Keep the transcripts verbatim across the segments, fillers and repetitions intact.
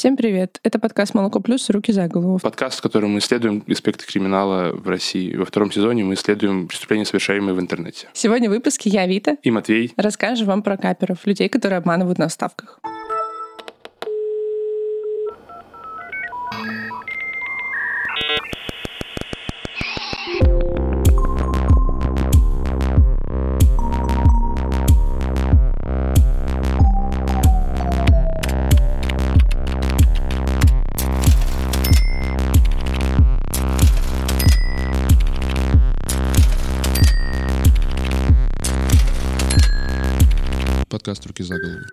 Всем привет! Это подкаст «Молоко плюс. Руки за голову». Подкаст, в котором мы исследуем аспекты криминала в России. Во втором сезоне мы исследуем преступления, совершаемые в интернете. Сегодня в выпуске я, Вита, и Матвей расскажем вам про каперов, людей, которые обманывают на ставках. Подкаст «Руки за голову».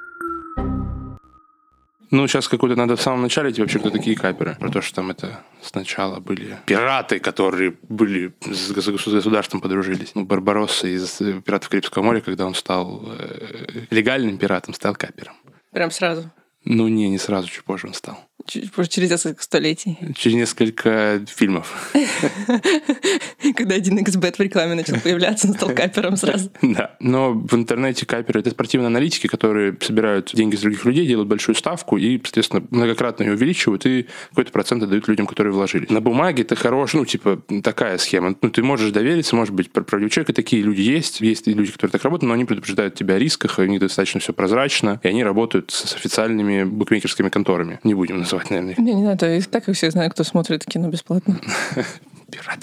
Ну, сейчас какой-то надо в самом начале тебе вообще, кто такие каперы. Про то, что там это сначала были пираты, которые были с государством подружились. Ну, Барбаросса из «Пиратов Карибского моря», когда он стал э, легальным пиратом, стал капером. Прям сразу? Ну, не, не сразу, чуть позже он стал. Чуть позже, через несколько столетий? Через несколько фильмов. Когда один икс бет в рекламе начал появляться, он стал капером сразу. Да, но в интернете каперы — это спортивные аналитики, которые собирают деньги с других людей, делают большую ставку и, соответственно, многократно ее увеличивают и какой-то процент отдают людям, которые вложили. На бумаге это хорошая, ну, типа, такая схема. Ну, ты можешь довериться, может быть, правдивый человек, и такие люди есть. Есть и люди, которые так работают, но они предупреждают тебя о рисках, и у них достаточно все прозрачно, и они работают с официальными букмекерскими конторами. Не будем называть, наверное. Не, не надо, и так как все знают, кто смотрит кино бесплатно. Пираты.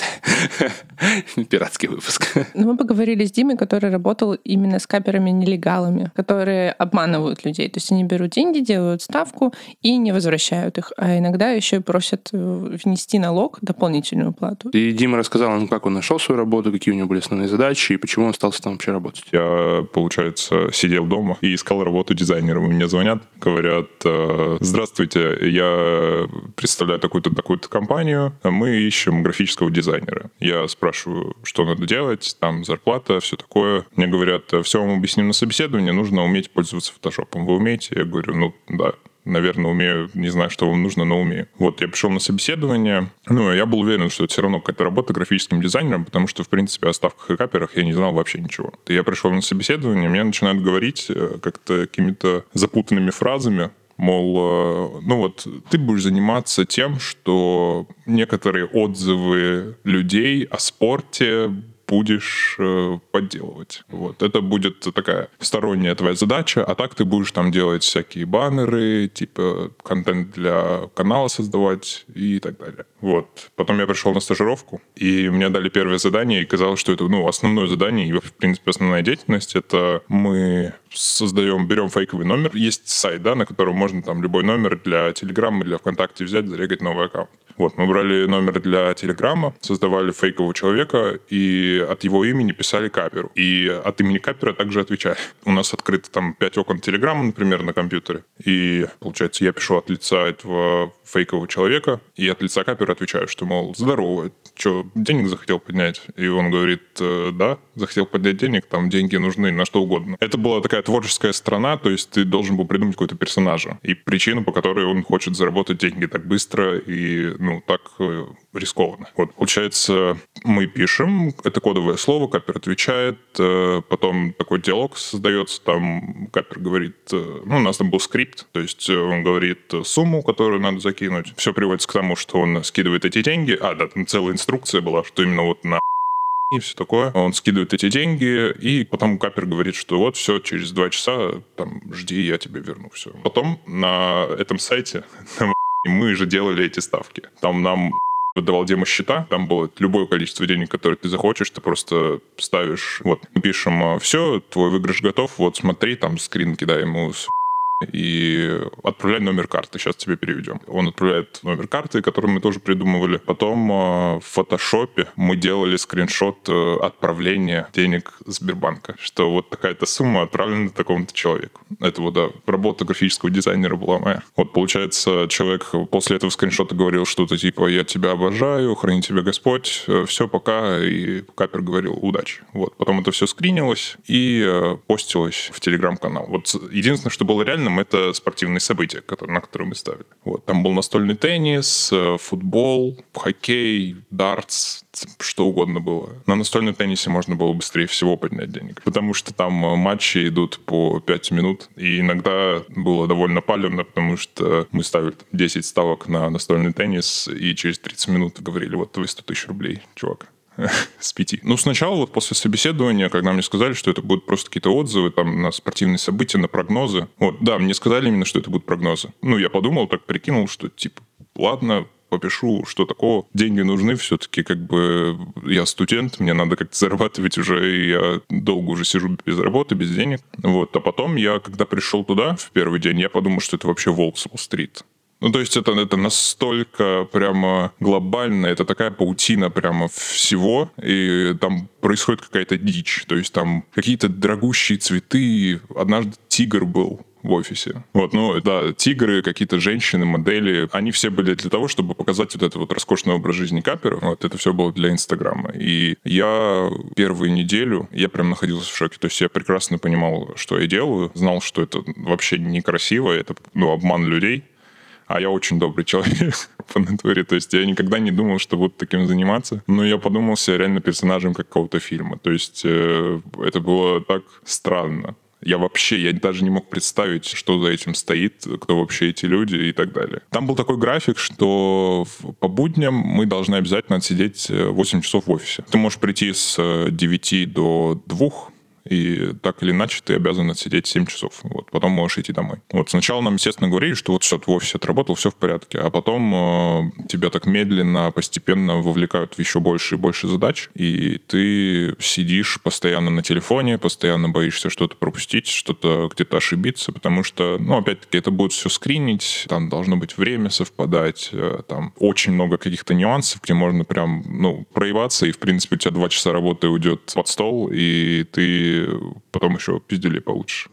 Пиратский выпуск. Но мы поговорили с Димой, который работал именно с каперами-нелегалами, которые обманывают людей. То есть они берут деньги, делают ставку и не возвращают их. А иногда еще и просят внести налог, дополнительную плату. И Дима рассказал нам, как он нашел свою работу, какие у него были основные задачи и почему он остался там вообще работать. Я, получается, сидел дома и искал работу дизайнером. И мне звонят, говорят: здравствуйте, я представляю такую-то, такую-то компанию, мы ищем графического дизайнера. Я спрашиваю, что надо делать, там зарплата, все такое. Мне говорят: все вам объясним на собеседовании, нужно уметь пользоваться фотошопом. Вы умеете? Я говорю: ну да, наверное, умею, не знаю, что вам нужно, но умею. Вот, я пришел на собеседование, ну, я был уверен, что это все равно какая-то работа графическим дизайнером, потому что, в принципе, о ставках и каперах я не знал вообще ничего. И я пришел на собеседование, мне начинают говорить как-то какими-то запутанными фразами, мол, ну вот, ты будешь заниматься тем, что некоторые отзывы людей о спорте будешь э, подделывать. Вот. Это будет такая сторонняя твоя задача, а так ты будешь там делать всякие баннеры, типа контент для канала создавать и так далее. Вот. Потом я пришел на стажировку, и мне дали первое задание, и казалось, что это, ну, основное задание, и, в принципе, основная деятельность — это мы создаем, берем фейковый номер. Есть сайт, да, на котором можно там любой номер для Телеграма, для ВКонтакте взять, зарегать новый аккаунт. Вот, мы брали номер для Телеграма, создавали фейкового человека и от его имени писали каперу. И от имени капера также отвечали. У нас открыто там пять окон Телеграма, например, на компьютере. И, получается, я пишу от лица этого фейкового человека, и от лица капера отвечаю, что, мол, здорово, что, денег захотел поднять? И он говорит: да, захотел поднять денег, там деньги нужны на что угодно. Это была такая творческая сторона, то есть ты должен был придумать какого-то персонажа и причину, по которой он хочет заработать деньги так быстро и, ну, так рискованно. Вот, получается, мы пишем, это кодовое слово, капер отвечает, потом такой диалог создается, там капер говорит, ну, у нас там был скрипт, то есть он говорит сумму, которую надо закинуть. Все приводится к тому, что он скидывает эти деньги, а, да, там целая инструкция была, что именно вот на и все такое. Он скидывает эти деньги, и потом капер говорит, что вот, все, через два часа там жди, я тебе верну все. Потом на этом сайте мы же делали эти ставки. Там нам выдавал демо-счета, там было любое количество денег, которое ты захочешь, ты просто ставишь, вот, мы пишем: все, твой выигрыш готов, вот смотри, там скрин кидай ему с и отправляй номер карты, сейчас тебе переведем. Он отправляет номер карты, который мы тоже придумывали. Потом в фотошопе мы делали скриншот отправления денег Сбербанка, что вот такая-то сумма отправлена такому-то человеку. Это вот, да, работа графического дизайнера была моя. Вот, получается, человек после этого скриншота говорил что-то типа: я тебя обожаю, храни тебя Господь, все, пока. И капер говорил: удачи. Вот. Потом это все скринилось и постилось в Телеграм-канал. Вот единственное, что было реально глобальном это спортивные события, которые, на которые мы ставили. Вот. Там был настольный теннис, футбол, хоккей, дартс, что угодно было. На настольном теннисе можно было быстрее всего поднять денег, потому что там матчи идут по пять минут, и иногда было довольно палевно, потому что мы ставили десять ставок на настольный теннис, и через тридцать минут говорили, вот твои сто тысяч рублей, чувак. С пяти. Ну, сначала вот после собеседования, когда мне сказали, что это будут просто какие-то отзывы там на спортивные события, на прогнозы. Вот, да, мне сказали именно, что это будут прогнозы. Ну, я подумал, так прикинул, что типа, ладно, попишу, что такого. Деньги нужны все-таки, как бы я студент, мне надо как-то зарабатывать уже, и я долго уже сижу без работы, без денег. Вот, а потом я, когда пришел туда в первый день, я подумал, что это вообще волк с Уолл-стрит. Ну, то есть это, это настолько прямо глобально, это такая паутина прямо всего, и там происходит какая-то дичь. То есть там какие-то дорогущие цветы. Однажды тигр был в офисе. Вот, ну, да, тигры, какие-то женщины, модели, они все были для того, чтобы показать вот этот вот роскошный образ жизни капера. Вот, это все было для Инстаграма. И я первую неделю, я прям находился в шоке. То есть я прекрасно понимал, что я делаю, знал, что это вообще некрасиво, это, ну, обман людей. А я очень добрый человек по натуре. То есть я никогда не думал, что буду таким заниматься. Но я подумался реально персонажем какого-то фильма. То есть э, это было так странно. Я вообще, я даже не мог представить, что за этим стоит, кто вообще эти люди и так далее. Там был такой график, что по будням мы должны обязательно отсидеть восемь часов в офисе. Ты можешь прийти с девяти до двух, и так или иначе ты обязан отсидеть семь часов. Вот, потом можешь идти домой. Вот сначала нам, естественно, говорили, что вот все, ты в офисе отработал, все в порядке. А потом э, тебя так медленно, постепенно вовлекают в еще больше и больше задач. И ты сидишь постоянно на телефоне, постоянно боишься что-то пропустить, что-то где-то ошибиться, потому что, ну, опять-таки, это будет все скринить, там должно быть время совпадать, э, там очень много каких-то нюансов, где можно прям, ну, проебаться, и, в принципе, у тебя два часа работы уйдет под стол, и ты потом еще пиздюлей получишь.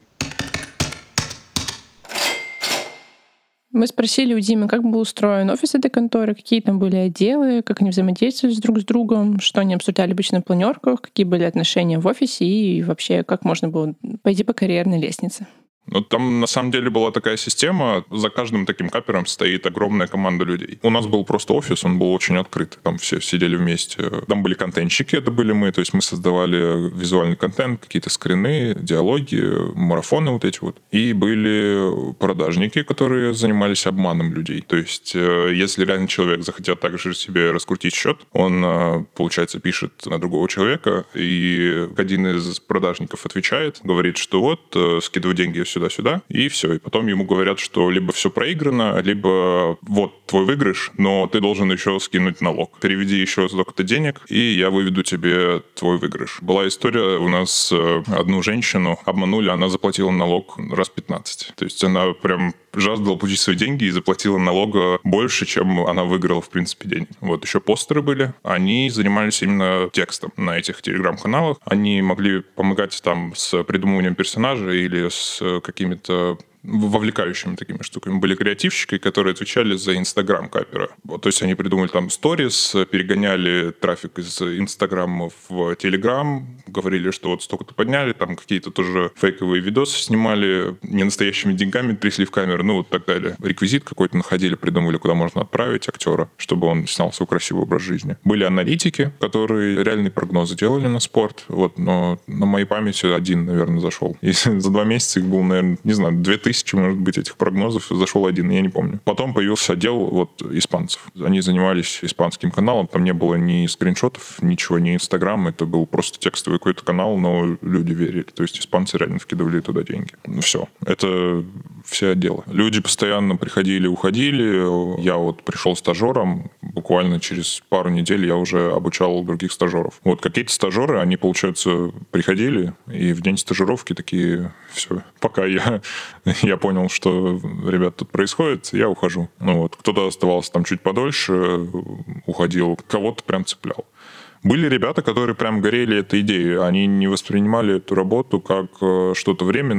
Мы спросили у Димы, как был устроен офис этой конторы, какие там были отделы, как они взаимодействовали друг с другом, что они обсуждали обычно на планерках, какие были отношения в офисе и вообще, как можно было пойти по карьерной лестнице. Ну, там на самом деле была такая система, за каждым таким капером стоит огромная команда людей. У нас был просто офис, он был очень открытый, там все сидели вместе. Там были контентщики, это были мы, то есть мы создавали визуальный контент, какие-то скрины, диалоги, марафоны вот эти вот. И были продажники, которые занимались обманом людей. То есть если реально человек захотел также себе раскрутить счет, он, получается, пишет на другого человека, и один из продажников отвечает, говорит, что вот, скидывай деньги сюда-сюда, и все. И потом ему говорят, что либо все проиграно, либо вот твой выигрыш, но ты должен еще скинуть налог. Переведи еще столько-то денег, и я выведу тебе твой выигрыш. Была история, у нас одну женщину обманули, она заплатила налог раз пятнадцать. То есть она прям жаждала получить свои деньги и заплатила налога больше, чем она выиграла, в принципе, денег. Вот еще постеры были. Они занимались именно текстом на этих телеграм-каналах. Они могли помогать там с придумыванием персонажа или с какими-то вовлекающими такими штуками. Были креативщики, которые отвечали за Инстаграм капера. Вот, то есть они придумали там сторис, перегоняли трафик из Инстаграма в Телеграм, говорили, что вот столько-то подняли, там какие-то тоже фейковые видосы снимали, не настоящими деньгами трясли в камеру, ну вот так далее. Реквизит какой-то находили, придумали, куда можно отправить актера, чтобы он снял свой красивый образ жизни. Были аналитики, которые реальные прогнозы делали на спорт, вот, но на моей памяти один, наверное, зашел. И за два месяца их было, наверное, не знаю, две тысячи, может быть, этих прогнозов, зашел один, я не помню. Потом появился отдел вот испанцев. Они занимались испанским каналом, там не было ни скриншотов, ничего, ни Инстаграм, это был просто текстовый какой-то канал, но люди верили. То есть испанцы реально вкидывали туда деньги. Ну все, это все отделы. Люди постоянно приходили, уходили. Я вот пришел стажером, буквально через пару недель я уже обучал других стажеров. Вот какие-то стажеры, они, получается, приходили, и в день стажировки такие, все, пока я я понял, что, ребят, тут происходит, я ухожу. Ну вот, кто-то оставался там чуть подольше, уходил, кого-то прям цеплял. Были ребята, которые прям горели этой идеей, они не воспринимали эту работу как что-то временное,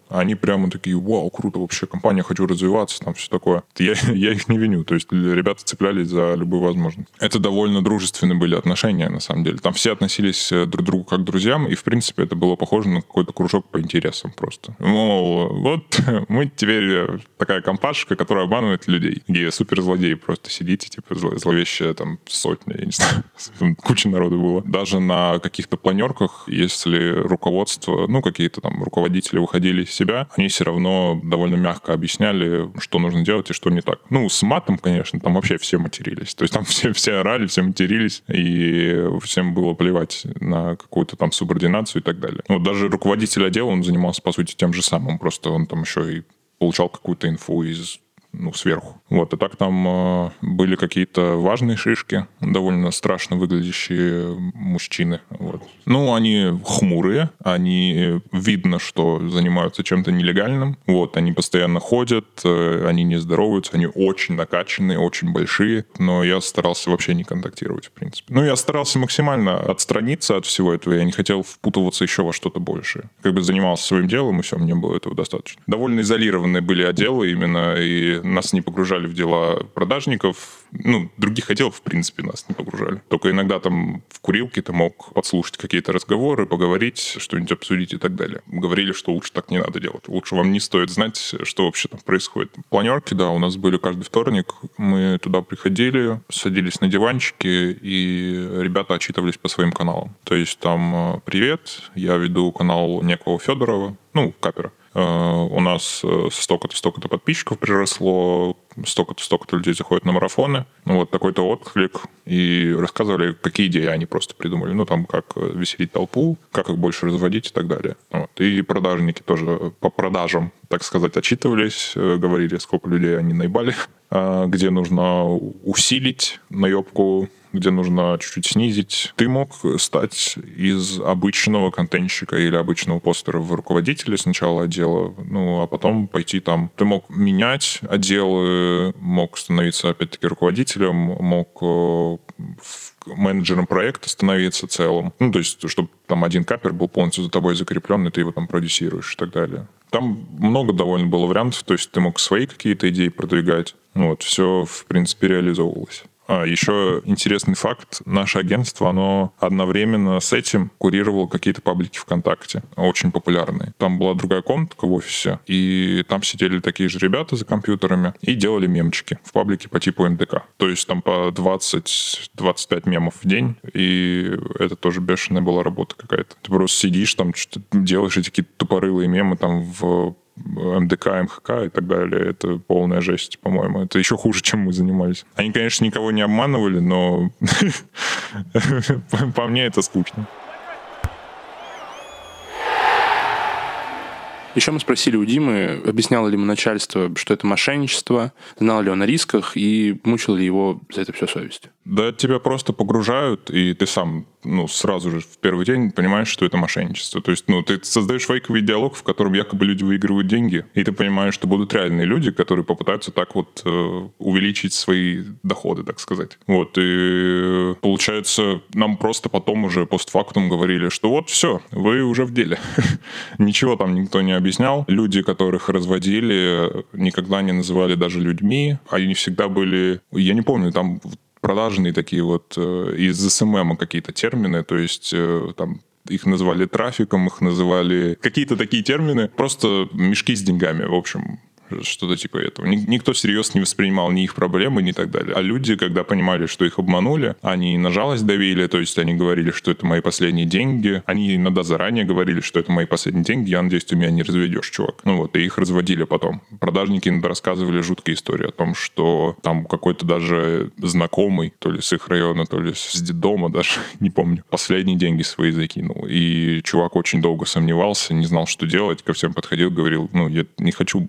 Они прямо такие, вау, круто вообще, компания, хочу развиваться, там все такое. Я, я их не виню, то есть ребята цеплялись за любую возможность. Это довольно дружественные были отношения, на самом деле. Там все относились друг к другу как к друзьям, и, в принципе, это было похоже на какой-то кружок по интересам просто. Мол, вот мы теперь такая компашка, которая обманывает людей, где суперзлодеи просто сидите, типа зловещая там сотня, я не знаю, куча народу было. Даже на каких-то планерках, если руководство, ну, какие-то там руководители выходили из себя, они все равно довольно мягко объясняли, что нужно делать и что не так. Ну, с матом, конечно, там вообще все матерились. То есть там все, все орали, все матерились, и всем было плевать на какую-то там субординацию и так далее. Ну, даже руководитель отдела, он занимался, по сути, тем же самым, просто он там еще и получал какую-то инфу из ну, сверху. Вот, и так там э, были какие-то важные шишки, довольно страшно выглядящие мужчины. Вот. Ну, они хмурые, они видно, что занимаются чем-то нелегальным. Вот, они постоянно ходят, э, они не здороваются, они очень накачанные, очень большие, но я старался вообще не контактировать, в принципе. Ну, я старался максимально отстраниться от всего этого, я не хотел впутываться еще во что-то большее. Как бы занимался своим делом, и все, мне было этого достаточно. Довольно изолированные были отделы именно, и нас не погружали в дела продажников. Ну, других отделов, в принципе, нас не погружали. Только иногда там в курилке ты мог подслушать какие-то разговоры, поговорить, что-нибудь обсудить и так далее. Говорили, что лучше так не надо делать. Лучше вам не стоит знать, что вообще там происходит. Планерки, да, у нас были каждый вторник. Мы туда приходили, садились на диванчики, и ребята отчитывались по своим каналам. То есть там «Привет, я веду канал некого Федорова», ну, Капера. Uh, у нас столько-то, столько-то подписчиков приросло, столько-то, столько-то людей заходят на марафоны. Ну, вот такой-то отклик. И рассказывали, какие идеи они просто придумали. Ну, там, как веселить толпу, как их больше разводить и так далее. Вот. И продажники тоже по продажам, так сказать, отчитывались, говорили, сколько людей они наебали, где нужно усилить наебку, где нужно чуть-чуть снизить. Ты мог стать из обычного контентщика или обычного постера в руководителя сначала отдела, ну, а потом пойти там. Ты мог менять отделы, мог становиться, опять-таки, руководителем, мог менеджером проекта становиться целым. Ну, то есть, чтобы там один капер был полностью за тобой закреплен, и ты его там продюсируешь и так далее. Там много довольно было вариантов, то есть ты мог свои какие-то идеи продвигать. Вот, все, в принципе, реализовывалось. А, еще интересный факт. Наше агентство, оно одновременно с этим курировало какие-то паблики ВКонтакте, очень популярные. Там была другая комнатка в офисе, и там сидели такие же ребята за компьютерами и делали мемчики в паблике по типу эн дэ ка. То есть там по двадцать-двадцать пять мемов в день, и это тоже бешеная была работа какая-то. Ты просто сидишь там, что-то делаешь эти какие-то тупорылые мемы там в эм дэ ка, эм ха ка и так далее. Это полная жесть, по-моему. Это еще хуже, чем мы занимались. Они, конечно, никого не обманывали, но по мне это скучно. Еще мы спросили у Димы, объясняло ли ему начальство, что это мошенничество, знал ли он о рисках и мучила ли его за это все совесть. Да, тебя просто погружают, и ты сам ну, сразу же в первый день понимаешь, что это мошенничество. То есть ну, ты создаешь фейковый диалог, в котором якобы люди выигрывают деньги, и ты понимаешь, что будут реальные люди, которые попытаются так вот э, увеличить свои доходы, так сказать. Вот, и получается, нам просто потом уже постфактум говорили, что вот все, вы уже в деле. Ничего там никто не объяснял. Люди, которых разводили, никогда не называли даже людьми. Они всегда были... Я не помню, там продажные такие вот из эс эм эм какие-то термины, то есть там их называли трафиком, их называли... Какие-то такие термины. Просто мешки с деньгами, в общем... Что-то типа этого. Никто всерьез не воспринимал ни их проблемы, ни так далее. А люди, когда понимали, что их обманули, они на жалость давили, то есть они говорили, что это мои последние деньги. Они иногда заранее говорили, что это мои последние деньги, я надеюсь, ты меня не разведешь, чувак. Ну вот, и их разводили потом. Продажники иногда рассказывали жуткие истории о том, что там какой-то даже знакомый, то ли с их района, то ли с детдома даже, не помню, последние деньги свои закинул. И чувак очень долго сомневался, не знал, что делать, ко всем подходил, говорил, ну, я не хочу, не хочу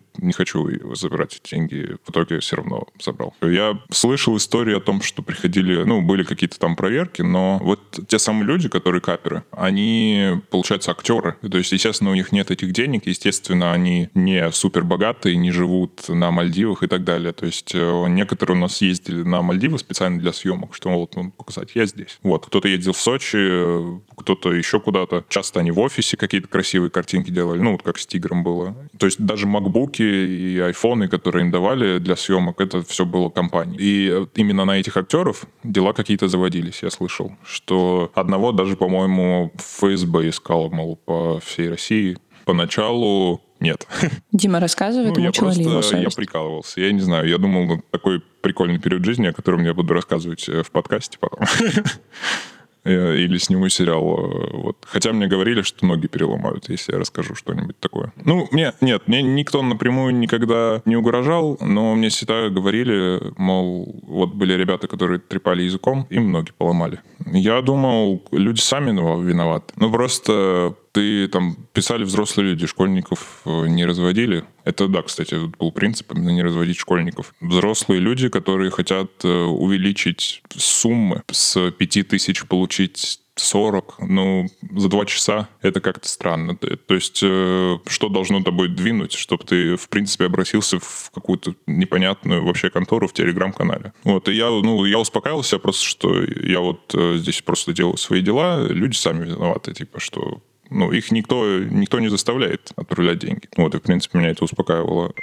хочу забирать эти деньги. В итоге все равно забрал. Я слышал истории о том, что приходили, ну, были какие-то там проверки, но вот те самые люди, которые каперы, они, получается, актеры. То есть, естественно, у них нет этих денег, естественно, они не супер богатые, не живут на Мальдивах и так далее. То есть некоторые у нас ездили на Мальдивы специально для съемок, что вот ну, показать, я здесь. Вот, кто-то ездил в Сочи, кто-то еще куда-то. Часто они в офисе какие-то красивые картинки делали, ну, вот как с Тигром было. То есть даже макбуки и айфоны, которые им давали для съемок, это все было компанией. И именно на этих актеров дела какие-то заводились, я слышал. Что одного даже, по-моему, эф эс бэ искал, мол, по всей России. Поначалу нет. Дима рассказывает, ну, мучила ли его совесть? Я прикалывался. Я не знаю, я думал, ну, такой прикольный период жизни, о котором я буду рассказывать в подкасте потом. Или сниму сериал. Вот. Хотя мне говорили, что ноги переломают, если я расскажу что-нибудь такое. Ну, мне, нет, мне никто напрямую никогда не угрожал, но мне всегда говорили, мол, вот были ребята, которые трепали языком, им ноги поломали. Я думал, люди сами виноваты. Ну, просто ты там писали взрослые люди, школьников не разводили. Это, да, кстати, был принцип именно не разводить школьников. Взрослые люди, которые хотят увеличить суммы с пяти тысяч получить сорок, ну, за два часа это как-то странно. То есть, что должно тобой двинуть, чтобы ты, в принципе, обратился в какую-то непонятную вообще контору в Телеграм-канале. Вот, и я, ну, я успокаивался просто, что я вот здесь просто делаю свои дела, люди сами виноваты, типа, что ну, их никто, никто не заставляет отправлять деньги. Вот, и, в принципе, меня это успокаивало.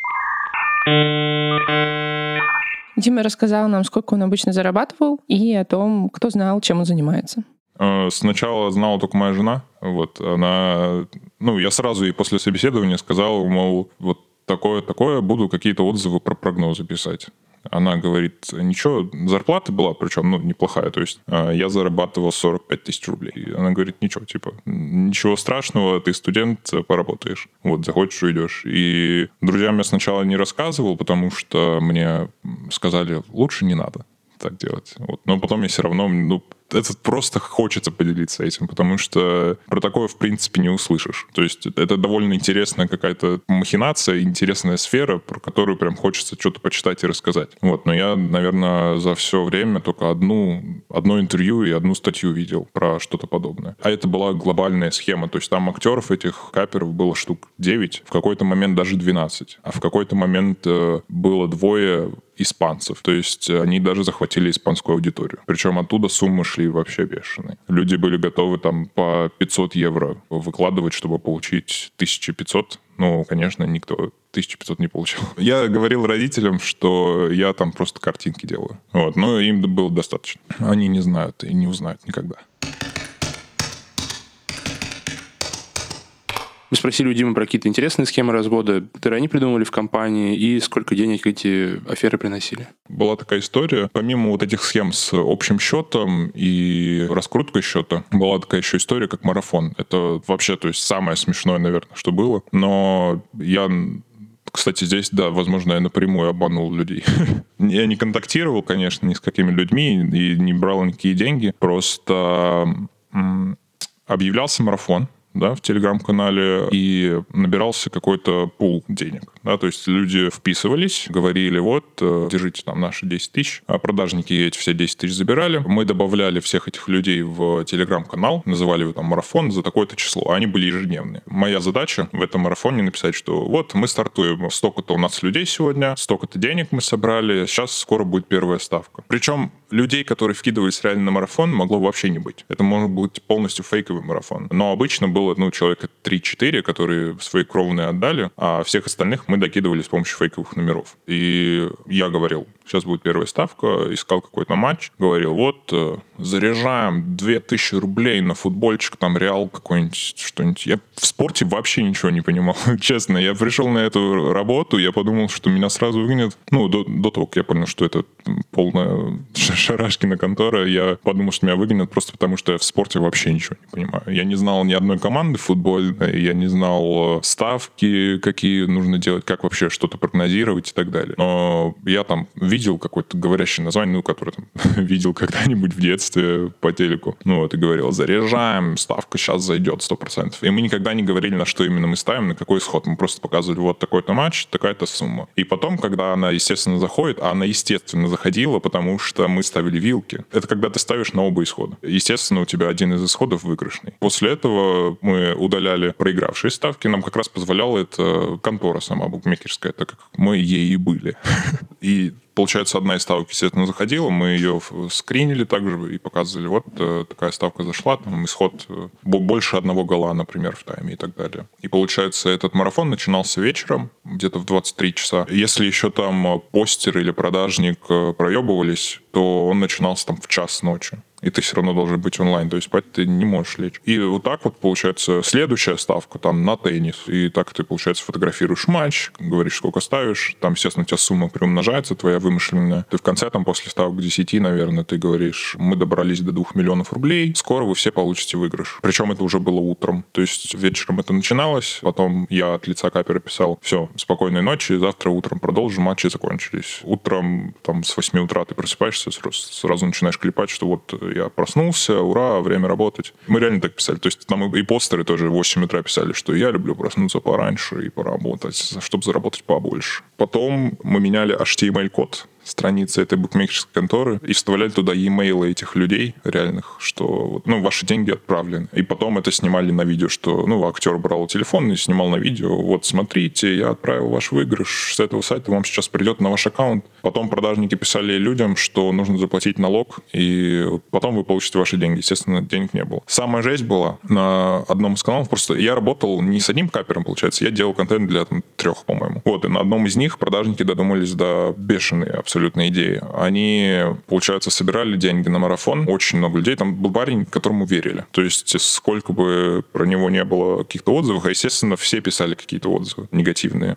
Дима рассказал нам, сколько он обычно зарабатывал, и о том, кто знал, чем он занимается. Сначала знала только моя жена. Вот, она... Ну, я сразу ей после собеседования сказал, мол, вот такое-такое, буду какие-то отзывы про прогнозы писать. Она говорит, ничего, зарплата была, причем, ну, неплохая, то есть я зарабатывал сорок пять тысяч рублей. Она говорит, ничего, типа, ничего страшного, ты студент, поработаешь. Вот, захочешь, уйдешь. И друзьям я сначала не рассказывал, потому что мне сказали, лучше не надо так делать. Вот. Но потом я все равно, ну, это просто хочется поделиться этим, потому что про такое, в принципе, не услышишь. То есть это довольно интересная какая-то махинация, интересная сфера, про которую прям хочется что-то почитать и рассказать. Вот. Но я, наверное, за все время только одну, одно интервью и одну статью видел про что-то подобное. А это была глобальная схема. То есть там актеров этих каперов было штук девять, в какой-то момент даже двенадцать. А в какой-то момент было двое испанцев. То есть они даже захватили испанскую аудиторию. Причем оттуда суммы шли вообще бешеные. Люди были готовы там по пятьсот евро выкладывать, чтобы получить тысячу пятьсот. Ну, конечно, никто тысячу пятьсот не получил. Я говорил родителям, что я там просто картинки делаю. Вот. Но им было достаточно. Они не знают и не узнают никогда. Мы спросили у Димы про какие-то интересные схемы развода, которые они придумывали в компании, и сколько денег эти аферы приносили. Была такая история. Помимо вот этих схем с общим счетом и раскруткой счета, была такая еще история, как марафон. Это вообще, то есть, самое смешное, наверное, что было. Но я... Кстати, здесь, да, возможно, я напрямую обманул людей. Я не контактировал, конечно, ни с какими людьми и не брал никакие деньги. Просто м- объявлялся марафон, да, в Телеграм-канале, и набирался какой-то пул денег. Да, то есть люди вписывались, говорили, вот, держите там наши десять тысяч, а продажники эти все десять тысяч забирали. Мы добавляли всех этих людей в Телеграм-канал, называли его там марафон за такое-то число, а они были ежедневные. Моя задача в этом марафоне написать, что вот мы стартуем, столько-то у нас людей сегодня, столько-то денег мы собрали, сейчас скоро будет первая ставка. Причем людей, которые вкидывались реально на марафон, могло вообще не быть. Это может быть полностью фейковый марафон. Но обычно было, ну, человека три-четыре, которые свои кровные отдали, а всех остальных мы докидывали с помощью фейковых номеров. И я говорил, сейчас будет первая ставка, искал какой-то матч, говорил, вот, заряжаем две тысячи рублей на футбольчик, там Реал какой-нибудь, что-нибудь. Я в спорте вообще ничего не понимал, честно. Я пришел на эту работу, я подумал, что меня сразу выгонят. Ну, до, до того, как я понял, что это полная шарашкина контора, я подумал, что меня выгонят просто потому, что я в спорте вообще ничего не понимаю. Я не знал ни одной команды футбольной, я не знал ставки, какие нужно делать, как вообще что-то прогнозировать и так далее. Но я там видел видел какое-то говорящее название, ну, которое там видел когда-нибудь в детстве по телеку. Ну, вот, и говорил, заряжаем, ставка сейчас зайдет сто процентов. И мы никогда не говорили, на что именно мы ставим, на какой исход. Мы просто показывали, вот такой-то матч, такая-то сумма. И потом, когда она, естественно, заходит, а она, естественно, заходила, потому что мы ставили вилки. Это когда ты ставишь на оба исхода. Естественно, у тебя один из исходов выигрышный. После этого мы удаляли проигравшие ставки. Нам как раз позволяла это контора сама букмекерская, так как мы ей и были. И получается, одна из ставок, естественно, заходила, мы ее скринили также и показывали, вот э, такая ставка зашла, там исход э, больше одного гола, например, в тайме и так далее. И получается, этот марафон начинался вечером, где-то в двадцать три часа. Если еще там постер или продажник э, проебывались, то он начинался там в час ночи. И ты все равно должен быть онлайн, то есть спать ты не можешь лечь. И вот так вот, получается, следующая ставка там на теннис. И так ты, получается, фотографируешь матч, говоришь, сколько ставишь, там, естественно, у тебя сумма приумножается, твоя вымышленная. Ты в конце, там, после ставок десяти, наверное, ты говоришь, мы добрались до двух миллионов рублей, скоро вы все получите выигрыш. Причем это уже было утром. То есть вечером это начиналось, потом я от лица капера писал, все, спокойной ночи, завтра утром продолжим, матчи закончились. Утром, там, с восьми утра ты просыпаешься, сразу начинаешь клепать, что вот я проснулся, ура, время работать. Мы реально так писали. То есть там и постеры тоже в восемь утра писали, что я люблю проснуться пораньше и поработать, чтобы заработать побольше. Потом мы меняли эйч ти эм эль-код страницы этой букмекерской конторы и вставляли туда e-mail этих людей реальных, что ну, ваши деньги отправлены. И потом это снимали на видео, что ну, актер брал телефон и снимал на видео. Вот, смотрите, я отправил ваш выигрыш с этого сайта, вам сейчас придет на ваш аккаунт. Потом продажники писали людям, что нужно заплатить налог, и потом вы получите ваши деньги. Естественно, денег не было. Самая жесть была на одном из каналов. Просто я работал не с одним капером, получается, я делал контент для там, трех, по-моему. Вот, и на одном из них продажники додумались до бешеной абсолютно идеи. Они, получается, собирали деньги на марафон. Очень много людей. Там был парень, которому верили. То есть, сколько бы про него не было каких-то отзывов, а, естественно, все писали какие-то отзывы негативные.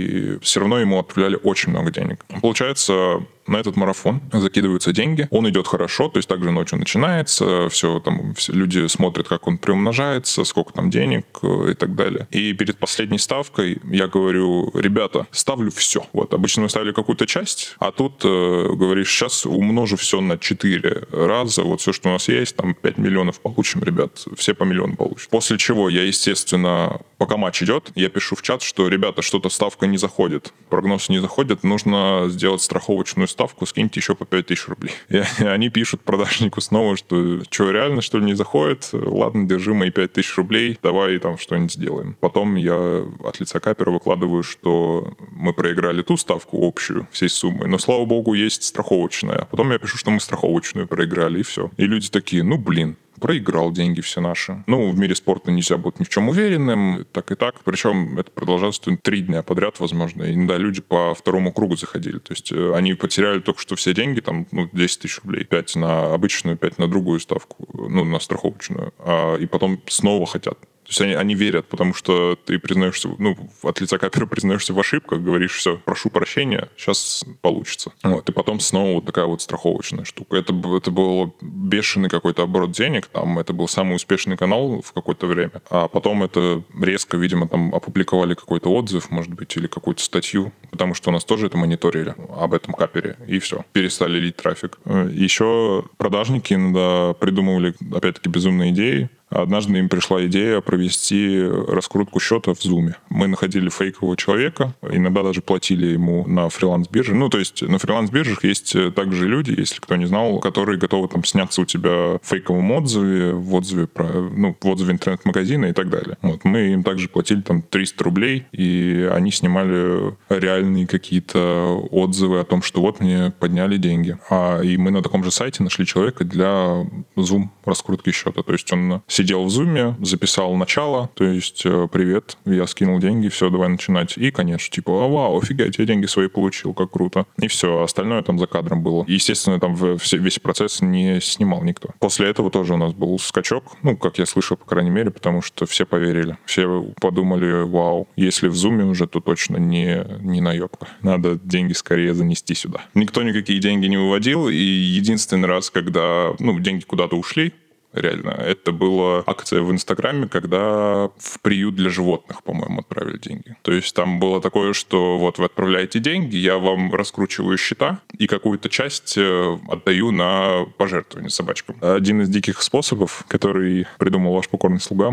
И все равно ему отправляли очень много денег. Получается, на этот марафон закидываются деньги, он идет хорошо, то есть также ночью начинается, все там все люди смотрят, как он приумножается, сколько там денег и так далее. И перед последней ставкой я говорю, ребята, ставлю все. Вот обычно мы ставили какую-то часть, а тут э, говоришь, сейчас умножу все на четыре раза, вот все, что у нас есть, там пять миллионов получим, ребят, все по миллиону получат. После чего я, естественно, пока матч идет, я пишу в чат, что, ребята, что-то ставка не заходит, прогноз не заходит, нужно сделать страховочную ставку, ставку, скиньте еще по пять тысяч рублей. И они пишут продажнику снова, что что, реально, что ли, не заходит? Ладно, держи мои пять тысяч рублей, давай там что-нибудь сделаем. Потом я от лица капера выкладываю, что мы проиграли ту ставку общую всей суммы, но, слава богу, есть страховочная. Потом я пишу, что мы страховочную проиграли, и все. И люди такие, ну, блин, проиграл деньги все наши. Ну, в мире спорта нельзя быть ни в чем уверенным, так и так. Причем это продолжалось три дня подряд, возможно. И иногда люди по второму кругу заходили. То есть они потеряли только что все деньги, там, ну, десять тысяч рублей. пять на обычную, пять на другую ставку, ну, на страховочную. А, и потом снова хотят. То есть они, они верят, потому что ты признаешься, ну, от лица капера признаешься в ошибках, говоришь, все, прошу прощения, сейчас получится. Вот, и потом снова вот такая вот страховочная штука. Это, это был бешеный какой-то оборот денег, там, это был самый успешный канал в какое-то время. А потом это резко, видимо, там опубликовали какой-то отзыв, может быть, или какую-то статью, потому что у нас тоже это мониторили об этом капере, и все, перестали лить трафик. Еще продажники иногда придумывали, опять-таки, безумные идеи. Однажды им пришла идея провести раскрутку счета в Zoom. Мы находили фейкового человека, иногда даже платили ему на фриланс-бирже. Ну, то есть на фриланс-биржах есть также люди, если кто не знал, которые готовы там сняться у тебя в фейковом отзыве, в отзыве, про, ну, в отзыве интернет-магазина и так далее. Вот. Мы им также платили там триста рублей, и они снимали реальные какие-то отзывы о том, что вот мне подняли деньги. А, и мы на таком же сайте нашли человека для Zoom раскрутки счета. То есть он сидел в зуме, записал начало, то есть привет, я скинул деньги, все, давай начинать. И, конечно, типа, а, вау, офигеть, я деньги свои получил, как круто. И все, остальное там за кадром было. Естественно, там весь процесс не снимал никто. После этого тоже у нас был скачок, ну, как я слышал, по крайней мере, потому что все поверили. Все подумали, вау, если в зуме уже, то точно не, не наебка. Надо деньги скорее занести сюда. Никто никакие деньги не выводил, и единственный раз, когда, ну, деньги куда-то ушли, Реально. Это была акция в Инстаграме, когда в приют для животных, по-моему, отправили деньги. То есть там было такое, что вот вы отправляете деньги, я вам раскручиваю счета и какую-то часть отдаю на пожертвование собачкам. Один из диких способов, который придумал ваш покорный слуга,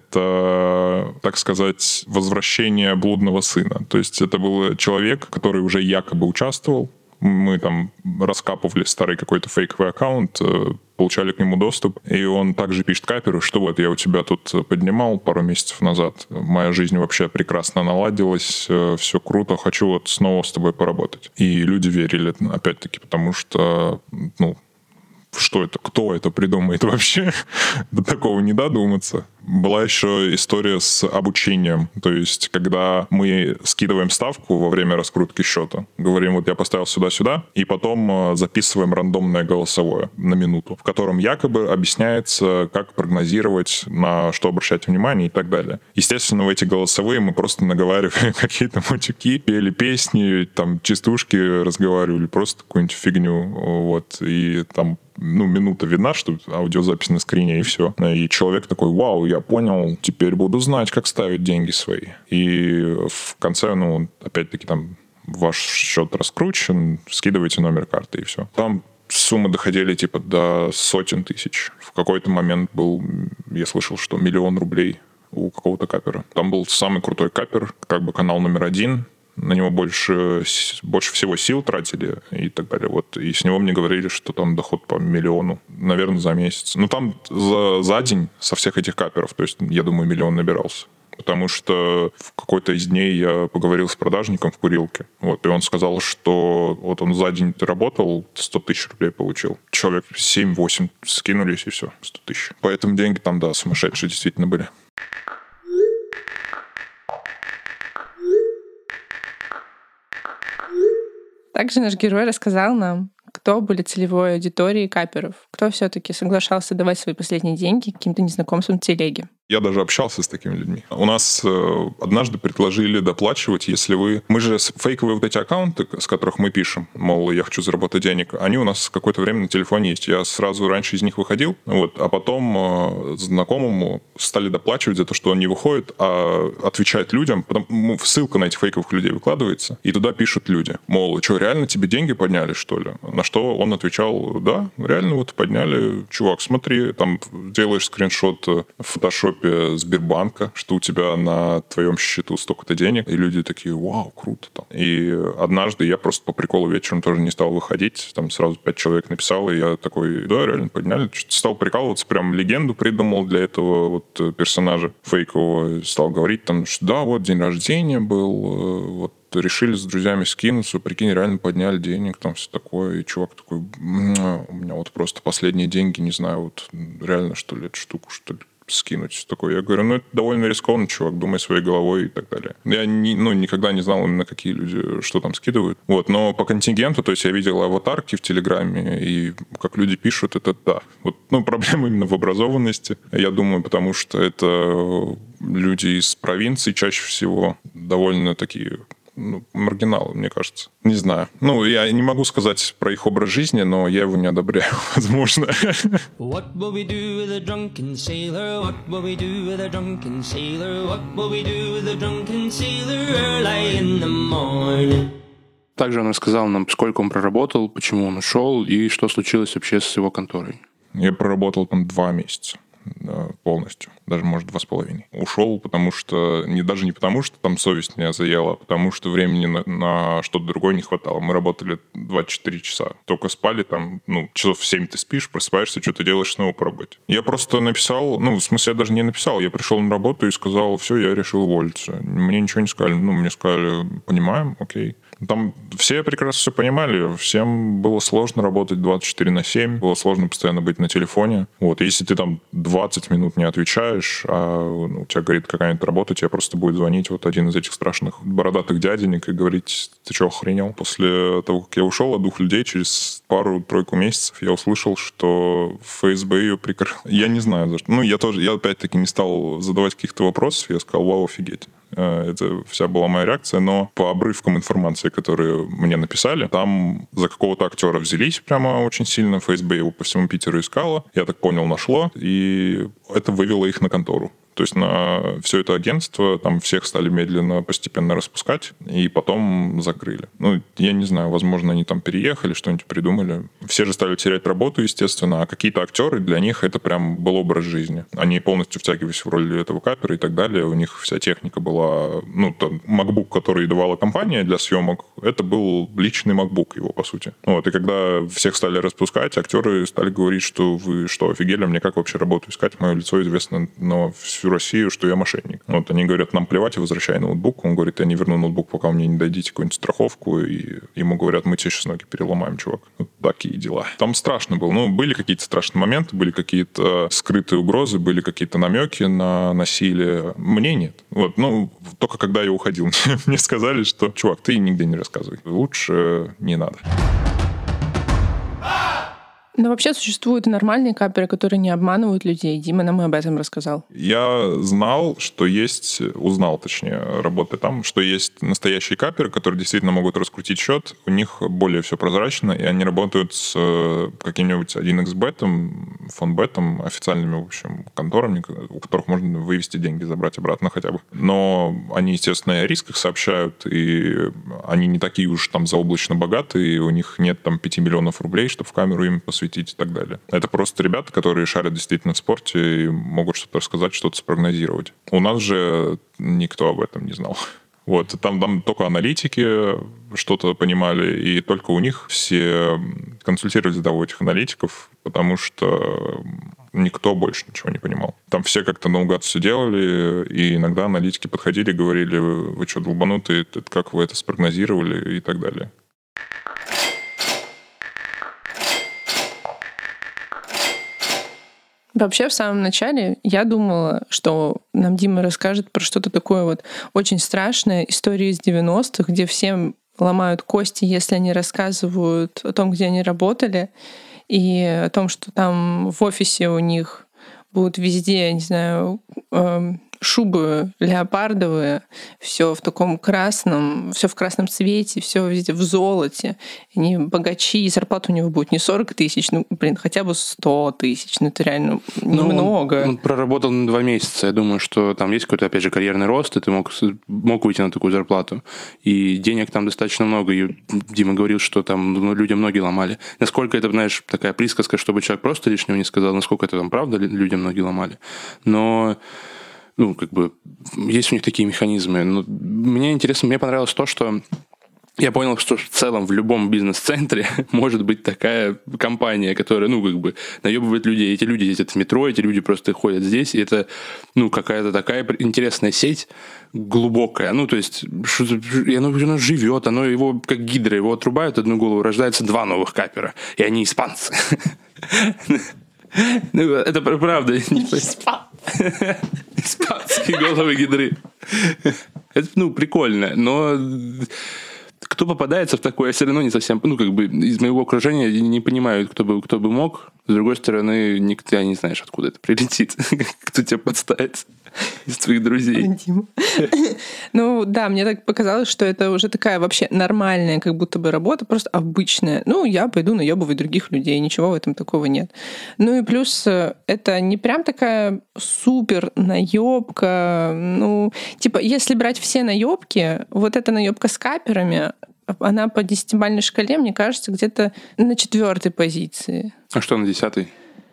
это, так сказать, возвращение блудного сына. То есть это был человек, который уже якобы участвовал. Мы там раскапывали старый какой-то фейковый аккаунт, получали к нему доступ, и он также пишет каперу, что вот я у тебя тут поднимал пару месяцев назад, моя жизнь вообще прекрасно наладилась, все круто, хочу вот снова с тобой поработать. И люди верили, опять-таки, потому что, ну, что это, кто это придумает вообще? До такого не додуматься. Была еще история с обучением. То есть, когда мы скидываем ставку во время раскрутки счета, говорим, вот я поставил сюда-сюда, и потом записываем рандомное голосовое на минуту, в котором якобы объясняется, как прогнозировать, на что обращать внимание и так далее. Естественно, в эти голосовые мы просто наговаривали какие-то матюки, пели песни, там, частушки разговаривали, просто какую-нибудь фигню. Вот. И там ну, минута видна, что аудиозапись на скрине, и все. И человек такой, вау, я понял, теперь буду знать, как ставить деньги свои. И в конце, ну, опять-таки, там, ваш счет раскручен, скидывайте номер карты, и все. Там суммы доходили, типа, до сотен тысяч. В какой-то момент был, я слышал, что миллион рублей у какого-то капера. Там был самый крутой капер, как бы канал номер один, на него больше, больше всего сил тратили и так далее. Вот. И с него мне говорили, что там доход по миллиону, наверное, за месяц. Ну, там за, за день со всех этих каперов, то есть, я думаю, миллион набирался. Потому что в какой-то из дней я поговорил с продажником в курилке. Вот, и он сказал, что вот он за день работал, сто тысяч рублей получил. Человек семь-восемь скинулись, и все, сто тысяч. Поэтому деньги там, да, сумасшедшие действительно были. Также наш герой рассказал нам, кто были целевой аудиторией каперов, кто все-таки соглашался давать свои последние деньги каким-то незнакомцам в телеге. Я даже общался с такими людьми. У нас э, однажды предложили доплачивать, если вы... Мы же фейковые вот эти аккаунты, с которых мы пишем, мол, я хочу заработать денег, они у нас какое-то время на телефоне есть. Я сразу раньше из них выходил, вот, а потом э, знакомому стали доплачивать за то, что он не выходит, а отвечает людям. Потом ссылка на этих фейковых людей выкладывается, и туда пишут люди. Мол, что, реально тебе деньги подняли, что ли? На что он отвечал, да, реально вот подняли. Чувак, смотри, там делаешь скриншот в фотошопе Сбербанка, что у тебя на твоем счету столько-то денег, и люди такие, вау, круто там. И однажды я просто по приколу вечером тоже не стал выходить, там сразу пять человек написал, и я такой, да, реально подняли. Что-то стал прикалываться, прям легенду придумал для этого вот персонажа фейкового, стал говорить там, что да, вот день рождения был, вот решили с друзьями скинуться, прикинь, реально подняли денег, там все такое, и чувак такой, у меня вот просто последние деньги, не знаю, вот реально, что ли, эту штуку, что ли, скинуть. Такой. Я говорю, ну, это довольно рискованно, чувак, думай своей головой и так далее. Я не, ну, никогда не знал именно, какие люди что там скидывают. Вот. Но по контингенту, то есть я видел аватарки в Телеграме, и как люди пишут, это да. Вот, ну, проблема именно в образованности. Я думаю, потому что это люди из провинции чаще всего довольно такие... Ну, маргиналы, мне кажется. Не знаю. Ну, я не могу сказать про их образ жизни, но я его не одобряю, возможно. What will we do with a drunken sailor? What will we do with a drunken sailor? What will we do with a drunken sailor early in the morning? Также он рассказал нам, сколько он проработал, почему он ушел и что случилось вообще с его конторой. Я проработал там два месяца. Полностью, даже, может, два с половиной. Ушел, потому что, не, даже не потому, что там совесть меня заела, а потому что времени на, на что-то другое не хватало. Мы работали двадцать четыре часа. Только спали там, ну, часов в семь ты спишь, просыпаешься, что-то делаешь снова по работе. Я просто написал, ну, в смысле, я даже не написал, я пришел на работу и сказал, все, я решил уволиться. Мне ничего не сказали. Ну, мне сказали, понимаем, окей. Там все прекрасно все понимали, всем было сложно работать двадцать четыре на семь, было сложно постоянно быть на телефоне. Вот, если ты там двадцать минут не отвечаешь, а ну, у тебя горит какая-нибудь работа, тебе просто будет звонить вот один из этих страшных бородатых дяденек и говорить, ты что, охренел? После того, как я ушел от двух людей, через пару-тройку месяцев я услышал, что ФСБ ее прикрыл. Я не знаю за что. Ну, я тоже, я опять-таки не стал задавать каких-то вопросов, я сказал, вау, офигеть. Это вся была моя реакция, но по обрывкам информации, которые мне написали, там за какого-то актера взялись прямо очень сильно, эф эс бэ его по всему Питеру искало, я так понял, нашло, и это вывело их на контору. То есть на все это агентство там всех стали медленно, постепенно распускать, и потом закрыли. Ну, я не знаю, возможно, они там переехали, что-нибудь придумали. Все же стали терять работу, естественно, а какие-то актеры, для них это прям был образ жизни. Они полностью втягивались в роль этого капера и так далее. У них вся техника была... Ну, там, MacBook, который давала компания для съемок, это был личный MacBook его, по сути. Вот, и когда всех стали распускать, актеры стали говорить, что вы что, офигели, мне как вообще работу искать? Мое лицо известно, но всю Россию, что я мошенник. Вот они говорят, нам плевать, возвращай ноутбук. Он говорит, я не верну ноутбук, пока вы мне не дадите какую-нибудь страховку. И ему говорят, мы тебе сейчас ноги переломаем, чувак. Вот такие дела. Там страшно было. Ну, были какие-то страшные моменты, были какие-то скрытые угрозы, были какие-то намеки на насилие. Мне нет. Вот, ну, только когда я уходил, мне сказали, что, чувак, ты нигде не рассказывай. Лучше не надо. Но вообще существуют и нормальные каперы, которые не обманывают людей. Дима нам и об этом рассказал. Я знал, что есть, узнал, точнее, работая там, что есть настоящие каперы, которые действительно могут раскрутить счет. У них более все прозрачно, и они работают с каким-нибудь один икс бетом, фонбетом, официальными, в общем, конторами, у которых можно вывести деньги, забрать обратно хотя бы. Но они, естественно, о рисках сообщают, и они не такие уж там заоблачно богатые, и у них нет там пяти миллионов рублей, чтобы в камеру им посвятить и так далее. Это просто ребята, которые шарят действительно в спорте и могут что-то рассказать, что-то спрогнозировать. У нас же никто об этом не знал. Вот, там, там только аналитики что-то понимали, и только у них все консультировались до этих аналитиков, потому что никто больше ничего не понимал. Там все как-то наугад все делали, и иногда аналитики подходили и говорили, вы что, долбанутые, как вы это спрогнозировали и так далее. Вообще, в самом начале я думала, что нам Дима расскажет про что-то такое вот очень страшное, историю из девяностых, где всем ломают кости, если они рассказывают о том, где они работали, и о том, что там в офисе у них будут везде, не знаю, шубы леопардовые, все в таком красном, все в красном цвете, все везде в золоте. Они богачи, и зарплата у него будет не сорок тысяч, ну, блин, хотя бы сто тысяч. Ну, это реально немного. Ну, он, он проработал на два месяца. Я думаю, что там есть какой-то, опять же, карьерный рост, и ты мог, мог выйти на такую зарплату. И денег там достаточно много. И Дима говорил, что там ну, людям ноги ломали. Насколько это, знаешь, такая присказка, чтобы человек просто лишнего не сказал, насколько это там правда, людям ноги ломали. Но ну, как бы, есть у них такие механизмы. Но мне интересно, мне понравилось то, что я понял, что в целом в любом бизнес-центре может быть такая компания, которая, ну, как бы, наебывает людей. Эти люди ездят в метро, эти люди просто ходят здесь, и это, ну, какая-то такая интересная сеть, глубокая. Ну, то есть, и оно, оно живет, оно его, как гидра, его отрубают одну голову, рождается два новых капера, и они испанцы. Ну, это правда. Испанские головы гидры. Это, ну, прикольно, но кто попадается в такое, я все равно не совсем, ну, как бы, из моего окружения не понимают, кто бы, кто бы мог. С другой стороны, никто не знаешь, откуда это прилетит, кто тебя подставится из твоих друзей. Ну, да, мне так показалось, что это уже такая вообще нормальная как будто бы работа, просто обычная. Ну, я пойду наебывать других людей, ничего в этом такого нет. Ну и плюс это не прям такая супер наебка. Ну, типа, если брать все наебки, вот эта наебка с каперами, она по десятибалльной шкале, мне кажется, где-то на четвертой позиции. А что на десятой?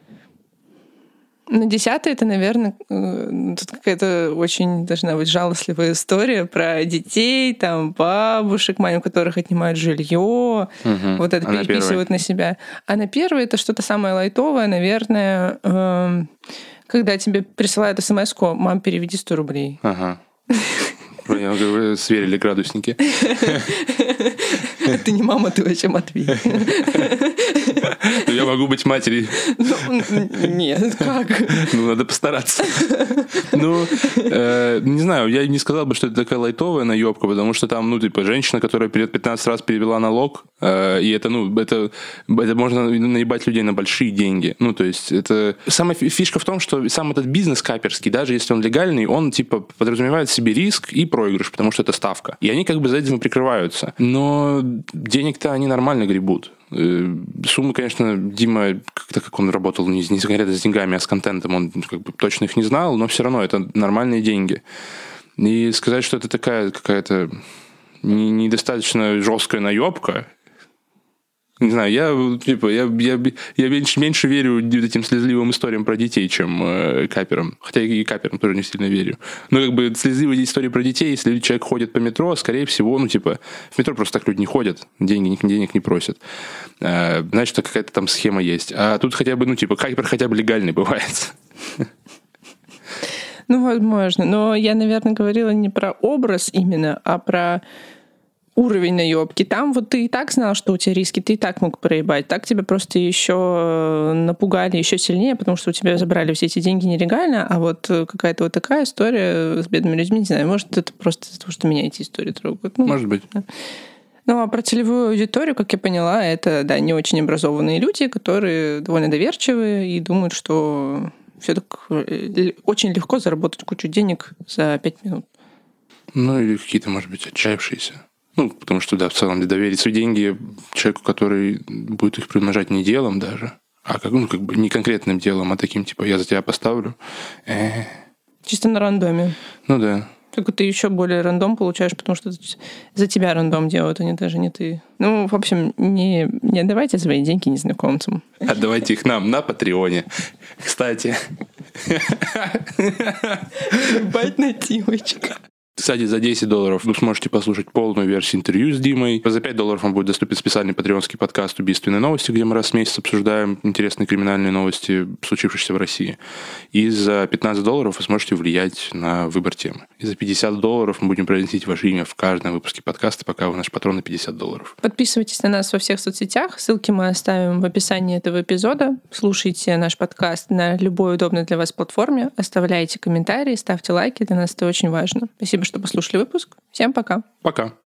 На десятой это, наверное, тут какая-то очень должна быть жалостливая история про детей, там, бабушек, мам, у которых отнимают жилье, угу. Вот это а переписывают на, на себя. А на первой это что-то самое лайтовое, наверное, э, когда тебе присылают смс-ку, мам, переведи сто рублей. Ага. Я говорю, сверили градусники. Ты не мама, ты вообще Матвей. Я могу быть матерью. Нет, как? Ну, надо постараться. Ну, не знаю, я не сказал бы, что это такая лайтовая наебка, потому что там, ну, типа, женщина, которая пятнадцать раз перевела налог, и это, ну, это, это можно наебать людей на большие деньги. Ну, то есть, это... Самая фишка в том, что сам этот бизнес каперский, даже если он легальный, он, типа, подразумевает в себе риск и проигрыш, потому что это ставка. И они как бы за этим прикрываются. Но денег-то они нормально гребут. Суммы, конечно, Дима, как-то как он работал не, не конкретно с деньгами, а с контентом, он как бы точно их не знал, но все равно это нормальные деньги. И сказать, что это такая какая-то недостаточно жесткая наебка, не знаю, я, типа, я, я, я меньше, меньше верю этим слезливым историям про детей, чем э, каперам. Хотя и каперам тоже не сильно верю. Но как бы слезливые истории про детей, если человек ходит по метро, скорее всего, ну, типа, в метро просто так люди не ходят, деньги, денег не просят. Э, значит, какая-то там схема есть. А тут хотя бы, ну, типа, капер хотя бы легальный бывает. Ну, возможно. Но я, наверное, говорила не про образ именно, а про уровень наебки. Там вот ты и так знал, что у тебя риски, ты и так мог проебать. Так тебя просто еще напугали еще сильнее, потому что у тебя забрали все эти деньги нелегально, а вот какая-то вот такая история с бедными людьми, не знаю, может, это просто из-за того, что меня эти истории трогают. Ну, может быть. Да. Ну, а про целевую аудиторию, как я поняла, это, да, не очень образованные люди, которые довольно доверчивые и думают, что все так очень легко заработать кучу денег за пять минут. Ну, или какие-то, может быть, отчаявшиеся. Ну, потому что, да, в целом, доверить свои деньги человеку, который будет их приумножать не делом даже, а как, ну, как бы не конкретным делом, а таким, типа, я за тебя поставлю. Э-э. Чисто на рандоме. Ну, да. Только ты еще более рандом получаешь, потому что за тебя рандом делают, а не даже не ты. Ну, в общем, не, не отдавайте свои деньги незнакомцам. Отдавайте их нам на Патреоне. Кстати. Ебать нативочка. Кстати, за десять долларов вы сможете послушать полную версию интервью с Димой. За пять долларов вам будет доступен специальный патреонский подкаст «Убийственные новости», где мы раз в месяц обсуждаем интересные криминальные новости, случившиеся в России. И за пятнадцать долларов вы сможете влиять на выбор темы. И за пятьдесят долларов мы будем произносить ваше имя в каждом выпуске подкаста, пока вы наш патрон на пятьдесят долларов. Подписывайтесь на нас во всех соцсетях. Ссылки мы оставим в описании этого эпизода. Слушайте наш подкаст на любой удобной для вас платформе. Оставляйте комментарии, ставьте лайки. Для нас это очень важно. Спасибо, что послушали выпуск. Всем пока. Пока.